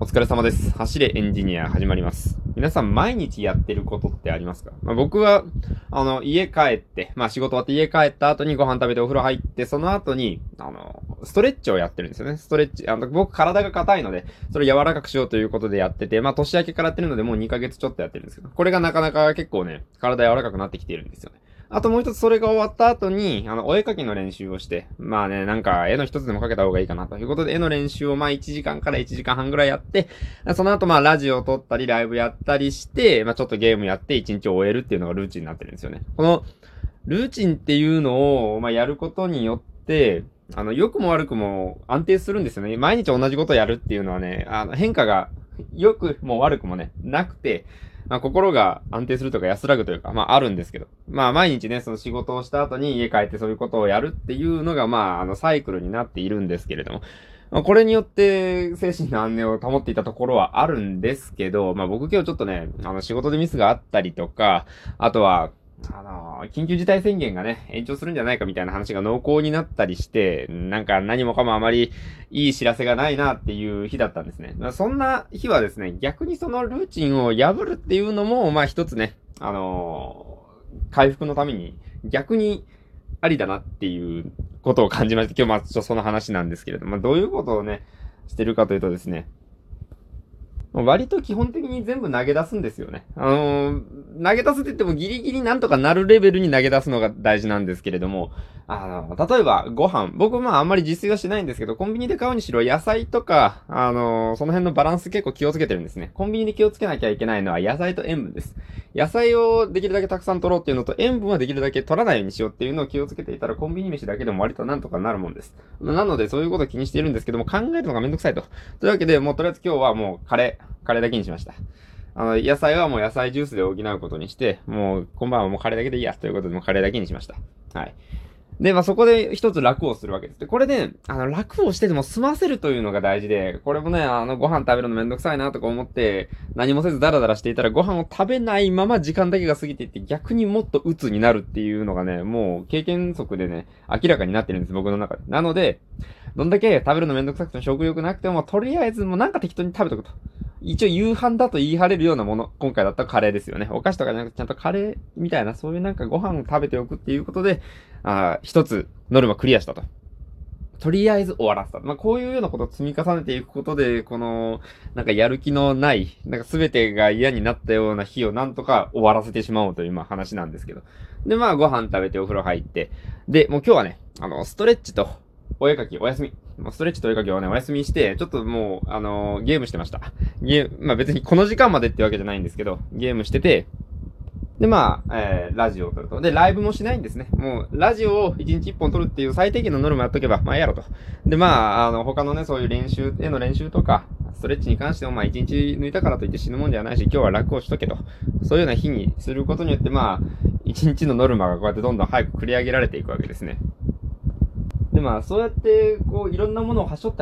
お疲れ様です。走れエンジニア始まります。皆さん毎日やってることってありますか？僕は、家帰って、仕事終わって家帰った後にご飯食べてお風呂入って、その後に、ストレッチをやってるんですよね。ストレッチ、僕体が硬いので、それを柔らかくしようということでやってて、年明けからやってるのでもう2ヶ月ちょっとやってるんですけど、これがなかなか結構ね、体柔らかくなってきているんですよね。あともう一つそれが終わった後に、お絵描きの練習をして、絵の一つでも描けた方がいいかなということで、絵の練習を1時間から1時間半ぐらいやって、その後ラジオを撮ったり、ライブやったりして、ちょっとゲームやって1日を終えるっていうのがルーチンになってるんですよね。この、ルーチンっていうのを、やることによって、良くも悪くも安定するんですよね。毎日同じことをやるっていうのはね、変化が良くも悪くもね、なくて、心が安定するとか安らぐというか、あるんですけど。毎日ね、その仕事をした後に家帰ってそういうことをやるっていうのが、サイクルになっているんですけれども。これによって精神の安寧を保っていたところはあるんですけど、僕今日ちょっとね、仕事でミスがあったりとか、あとは、緊急事態宣言がね、延長するんじゃないかみたいな話が濃厚になったりして、何もかもあまりいい知らせがないなっていう日だったんですね。そんな日はですね、逆にそのルーチンを破るっていうのも、一つね、回復のために逆にありだなっていうことを感じまして、今日その話なんですけれども、どういうことをね、してるかというとですね、割と基本的に全部投げ出すんですよね。投げ出すって言ってもギリギリなんとかなるレベルに投げ出すのが大事なんですけれども、例えばご飯。僕あんまり自炊はしないんですけど、コンビニで買うにしろ野菜とか、その辺のバランス結構気をつけてるんですね。コンビニで気をつけなきゃいけないのは野菜と塩分です。野菜をできるだけたくさん取ろうっていうのと、塩分はできるだけ取らないようにしようっていうのを気をつけていたら、コンビニ飯だけでも割となんとかなるもんです。なので、そういうことを気にしているんですけども、考えるのがめんどくさいと。というわけで、もうとりあえず今日はもうカレーだけにしました。野菜はもう野菜ジュースで補うことにして、もう、今晩はもうカレーだけでいいや、ということで、もうカレーだけにしました。はい。で、そこで一つ楽をするわけです。で、これで、楽をしてでも済ませるというのが大事で、これもね、ご飯食べるのめんどくさいなとか思って、何もせずダラダラしていたらご飯を食べないまま時間だけが過ぎていって、逆にもっと鬱になるっていうのがね、もう経験則でね、明らかになってるんです、僕の中で。なので、どんだけ食べるのめんどくさくても食欲なくても、とりあえずもうなんか適当に食べとくと。一応夕飯だと言い張れるようなもの、今回だったらカレーですよね。お菓子とかじゃなくてちゃんとカレーみたいな、そういうご飯を食べておくっていうことで、一つノルマクリアしたと。とりあえず終わらせた。こういうようなことを積み重ねていくことで、この、やる気のない、全てが嫌になったような日をなんとか終わらせてしまおうという、話なんですけど。で、ご飯食べてお風呂入って、で、もう今日はね、ストレッチと、お絵かき、お休み。ストレッチとお絵かきをね、お休みして、ちょっともう、ゲームしてました。別にこの時間までってわけじゃないんですけど、ゲームしてて、で、ラジオを撮ると。で、ライブもしないんですね。もう、ラジオを1日1本撮るっていう最低限のノルマやっとけば、いいやろと。で、他のね、そういう絵の練習とか、ストレッチに関しても、1日抜いたからといって死ぬもんじゃないし、今日は楽をしとけと。そういうような日にすることによって、1日のノルマがこうやってどんどん早く繰り上げられていくわけですね。で、そうやって、いろんなものをはしょって、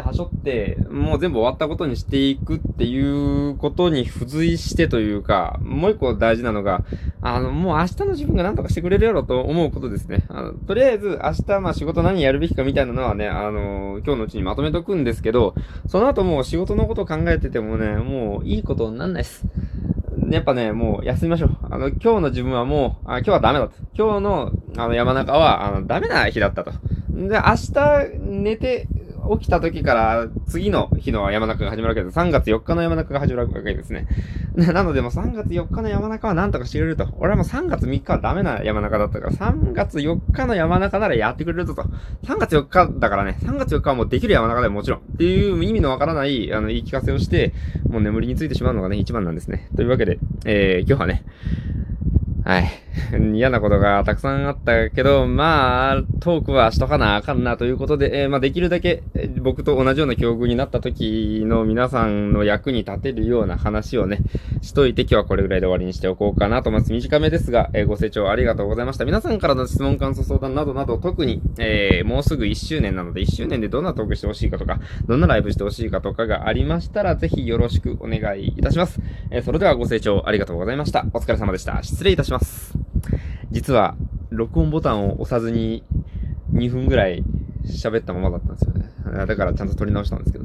もう全部終わったことにしていくっていうことに付随してというか、もう一個大事なのが、もう明日の自分が何とかしてくれるやろと思うことですね。とりあえず明日、仕事何やるべきかみたいなのはね、今日のうちにまとめとくんですけど、その後もう仕事のことを考えててもね、もういいことになんないです。やっぱね、もう休みましょう。今日の自分はもう、今日はダメだと。今日の、山中は、ダメな日だったと。で、明日寝て起きた時から次の日の山中が始まるわけです。3月4日の山中が始まるわけですね。なのでもう3月4日の山中は何とかしてくれると。俺はもう3月3日はダメな山中だったから、3月4日の山中ならやってくれるぞと。3月4日だからね、3月4日はもうできる山中でもちろん。っていう意味のわからない、言い聞かせをして、もう眠りについてしまうのがね、一番なんですね。というわけで、今日はね、はい。嫌なことがたくさんあったけど、トークはしとかなあかんなということで、できるだけ、僕と同じような境遇になった時の皆さんの役に立てるような話をね、しといて今日はこれぐらいで終わりにしておこうかなと思います。短めですが、ご清聴ありがとうございました。皆さんからの質問、感想、相談などなど、特に、もうすぐ1周年なので、1周年でどんなトークしてほしいかとか、どんなライブしてほしいかとかがありましたら、ぜひよろしくお願いいたします。それではご清聴ありがとうございました。お疲れ様でした。失礼いたします。実は、録音ボタンを押さずに2分ぐらい喋ったままだったんですよね。だからちゃんと撮り直したんですけどね。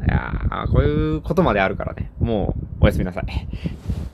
いやー、こういうことまであるからね。もう、おやすみなさい。